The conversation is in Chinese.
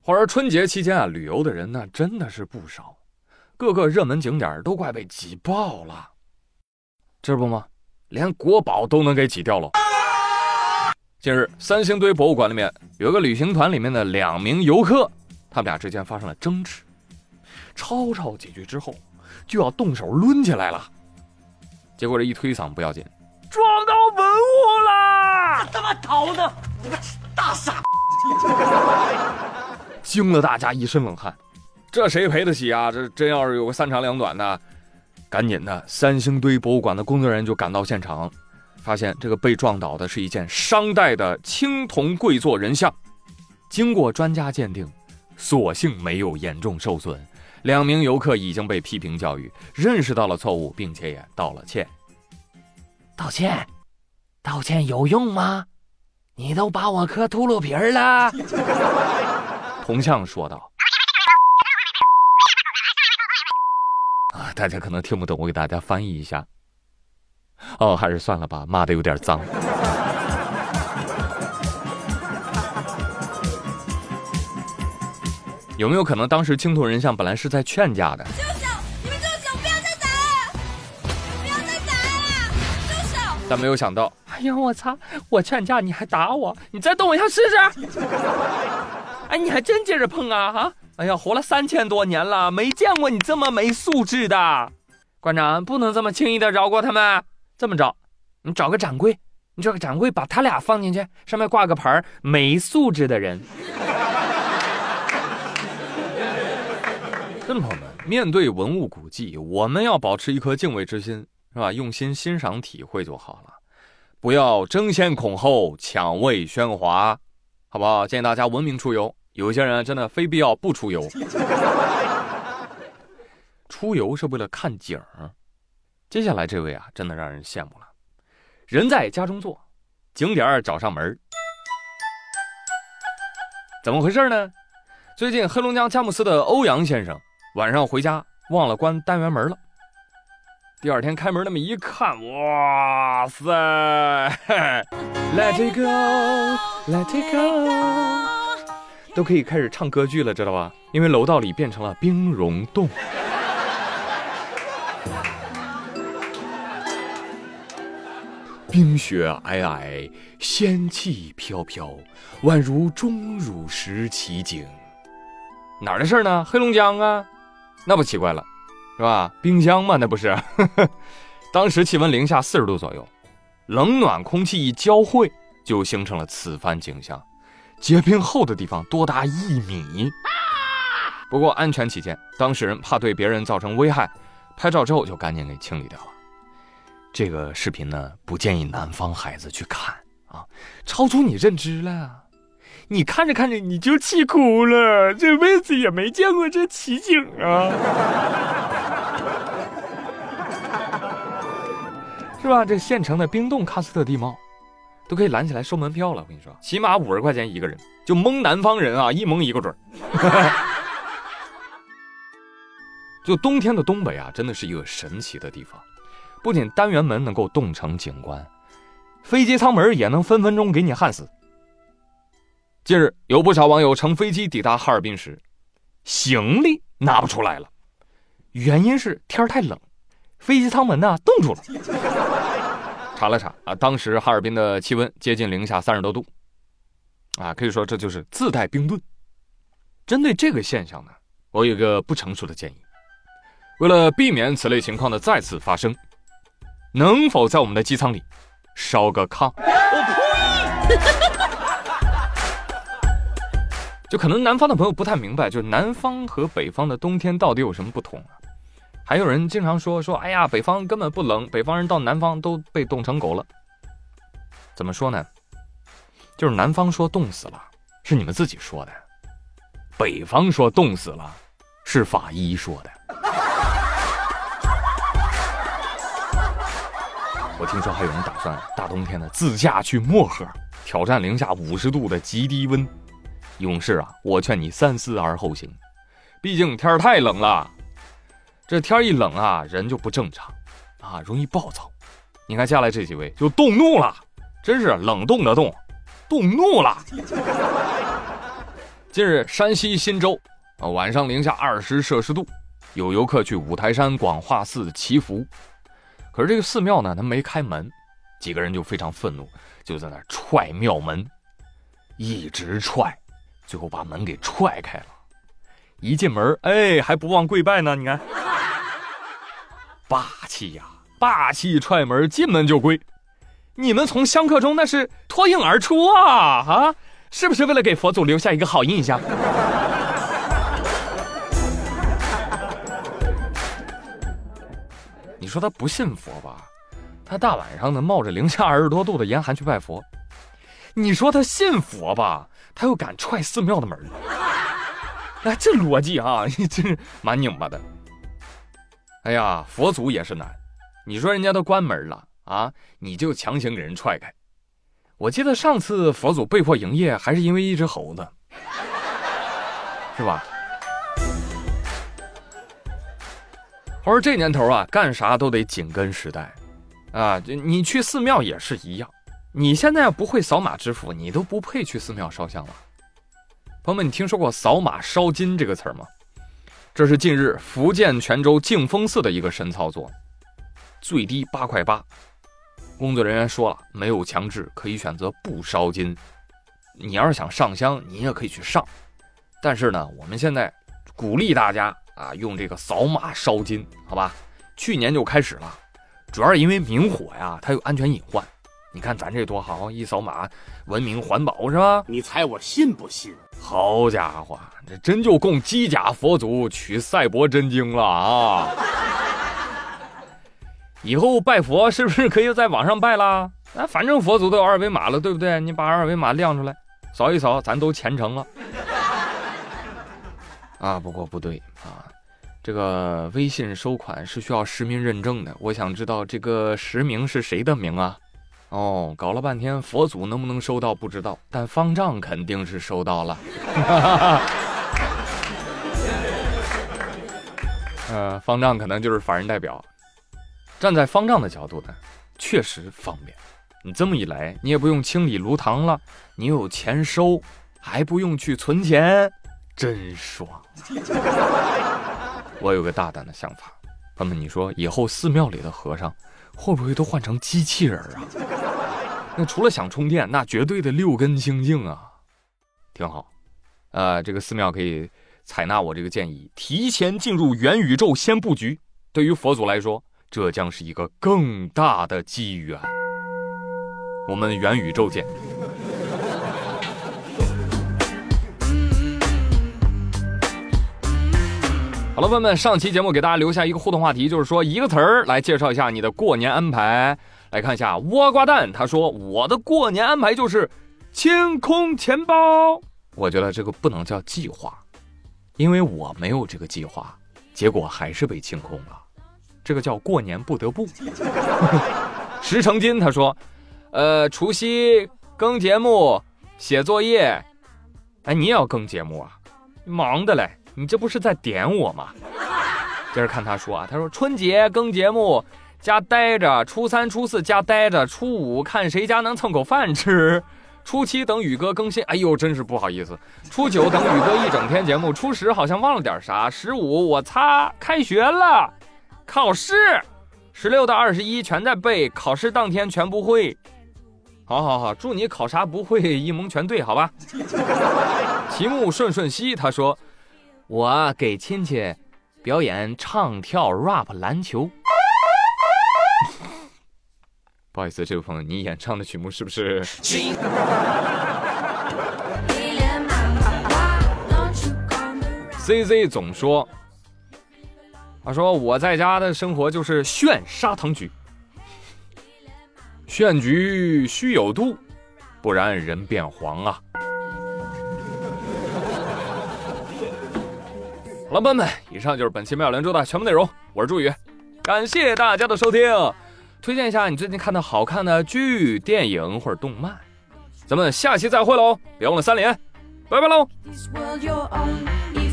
话说春节期间啊，旅游的人呢真的是不少，各个热门景点都快被挤爆了。这不吗？连国宝都能给挤掉了。近日，三星堆博物馆里面有个旅行团里面的2名游客，他们俩之间发生了争执，吵几句之后就要动手抡起来了。结果这一推搡不要紧，撞到文物了！ 这他妈逃呢！你个大傻！ 惊了大家一身冷汗，这谁赔得起啊？这真要是有个3长2短的，赶紧的，三星堆博物馆的工作人员就赶到现场，发现这个被撞倒的是一件商代的青铜跪坐人像，经过专家鉴定，所幸没有严重受损。2名游客已经被批评教育，认识到了错误，并且也道了歉。 道歉有用吗？你都把我磕秃噜皮了。 铜像说道。大家可能听不懂，我给大家翻译一下。还是算了吧，骂的有点脏。有没有可能当时青铜人像本来是在劝架的？ 住手！你们住手！不要再打了！不要再打了！住手！ 但没有想到， 哎呀，我操！我劝架你还打我，你再动我一下试试！哎，你还真接着碰啊！哎呀，活了3000多年了，没见过你这么没素质的。馆长，不能这么轻易的饶过他们。这么着，你找个掌柜，把他俩放进去，上面挂个牌，没素质的人。 听众朋友们，面对文物古迹，我们要保持一颗敬畏之心，是吧？用心欣赏体会就好了，不要争先恐后，抢位喧哗，好不好？建议大家文明出游。有些人真的非必要不出游。出游是为了看景儿。接下来这位啊，真的让人羡慕了。人在家中坐，景点找上门。怎么回事呢？最近黑龙江佳木斯的欧阳先生晚上回家忘了关单元门了。第2天开门那么一看，哇塞 Let it go Let it go， 都可以开始唱歌剧了，知道吧？因为楼道里变成了冰溶洞。冰雪皑皑，仙气飘飘，宛如钟乳石奇景。哪儿的事呢？黑龙江啊，那不奇怪了，是吧？冰箱嘛，那不是。当时气温零下40度左右，冷暖空气一交汇，就形成了此番景象。结冰厚的地方多达1米。不过安全起见，当事人怕对别人造成危害，拍照之后就赶紧给清理掉了。这个视频呢，不建议南方孩子去看啊，超出你认知了。你看着看着你就气哭了，这辈子也没见过这奇景啊，是吧？这现成的冰冻喀斯特地貌都可以拦起来收门票了，我跟你说，起码50块钱一个人，就蒙南方人啊，一蒙一个准。就冬天的东北啊，真的是一个神奇的地方。不仅单元门能够冻成景观，飞机舱门也能分分钟给你焊死。近日有不少网友乘飞机抵达哈尔滨时，行李拿不出来了，原因是天太冷，飞机舱门呢冻住了。查了查啊，当时哈尔滨的气温接近零下30多度啊，可以说这就是自带冰盾。针对这个现象呢，我有一个不成熟的建议，为了避免此类情况的再次发生，能否在我们的机舱里烧个炕？我呸！就可能南方的朋友不太明白，就是南方和北方的冬天到底有什么不同啊？还有人经常说，哎呀，北方根本不冷，北方人到南方都被冻成狗了。怎么说呢？就是南方说冻死了，是你们自己说的；北方说冻死了，是法医说的。我听说还有人打算大冬天的自驾去漠河，挑战零下50度的极低温。勇士啊，我劝你三思而后行，毕竟天太冷了。这天一冷啊，人就不正常啊，容易暴躁。你看下来这几位就冻怒了，真是冷冻的冻，冻怒了。 近日山西忻州晚上零下20摄氏度，有游客去五台山广化寺祈福，可是这个寺庙呢，它没开门，几个人就非常愤怒，就在那踹庙门，一直踹，最后把门给踹开了。一进门，还不忘跪拜呢，你看，霸气呀，霸气踹门，进门就跪。你们从香客中那是脱颖而出啊，是不是为了给佛祖留下一个好印象？你说他不信佛吧，他大晚上的冒着零下20多度的严寒去拜佛。你说他信佛吧，他又敢踹寺庙的门。这逻辑真是蛮拧巴的。哎呀，佛祖也是难，你说人家都关门了你就强行给人踹开。我记得上次佛祖被迫营业还是因为一只猴子，是吧？我说这年头干啥都得紧跟时代你去寺庙也是一样，你现在不会扫码支付，你都不配去寺庙烧香了。朋友们，你听说过扫码烧金这个词吗？这是近日福建泉州净峰寺的一个神操作，最低8块8。工作人员说了，没有强制，可以选择不烧金。你要是想上香，你也可以去上。但是呢，我们现在鼓励大家用这个扫码烧金，好吧？去年就开始了，主要是因为明火它有安全隐患。你看咱这多好，一扫码文明环保是吧？ 你猜我信不信？ 好家伙，这真就供机甲佛祖取赛博真经了以后拜佛是不是可以在网上拜啦？反正佛祖都有2维码了，对不对？你把2维码亮出来，扫一扫，咱都虔诚了。不过不对这个微信收款是需要实名认证的，我想知道这个实名是谁的名啊？搞了半天佛祖能不能收到不知道，但方丈肯定是收到了。方丈可能就是法人代表。站在方丈的角度呢，确实方便。你这么一来，你也不用清理炉膛了，你有钱收，还不用去存钱，真爽。我有个大胆的想法，朋友们，你说以后寺庙里的和尚会不会都换成机器人那除了想充电，那绝对的6根清净挺好。这个寺庙可以采纳我这个建议，提前进入元宇宙先布局。对于佛祖来说，这将是一个更大的机缘。我们元宇宙见。好了，朋友们，上期节目给大家留下一个互动话题，就是说一个词儿来介绍一下你的过年安排。来看一下倭瓜蛋，他说我的过年安排就是清空钱包。我觉得这个不能叫计划，因为我没有这个计划，结果还是被清空了，这个叫过年不得不。石成金他说除夕更节目写作业。你也要更节目忙的嘞，你这不是在点我吗？接着看他说他说春节更节目家待着，初3初4家待着，初5看谁家能蹭口饭吃，初7等宇哥更新，哎呦真是不好意思，初9等宇哥一整天节目，初10好像忘了点啥，15我擦开学了考试，16到21全在背，考试当天全不会。好，祝你考啥不会一蒙全对，好吧？题目顺熙他说我给亲戚表演唱跳 rap 篮球。不好意思，这位朋友，你演唱的曲目是不是？CZ 总说，他说我在家的生活就是炫砂糖橘，炫橘需有度，不然人变黄好了，朋友们，以上就是本期妙连珠的全部内容，我是朱宇，感谢大家的收听。推荐一下你最近看的好看的剧、电影或者动漫，咱们下期再会喽！别忘了3连，拜拜喽！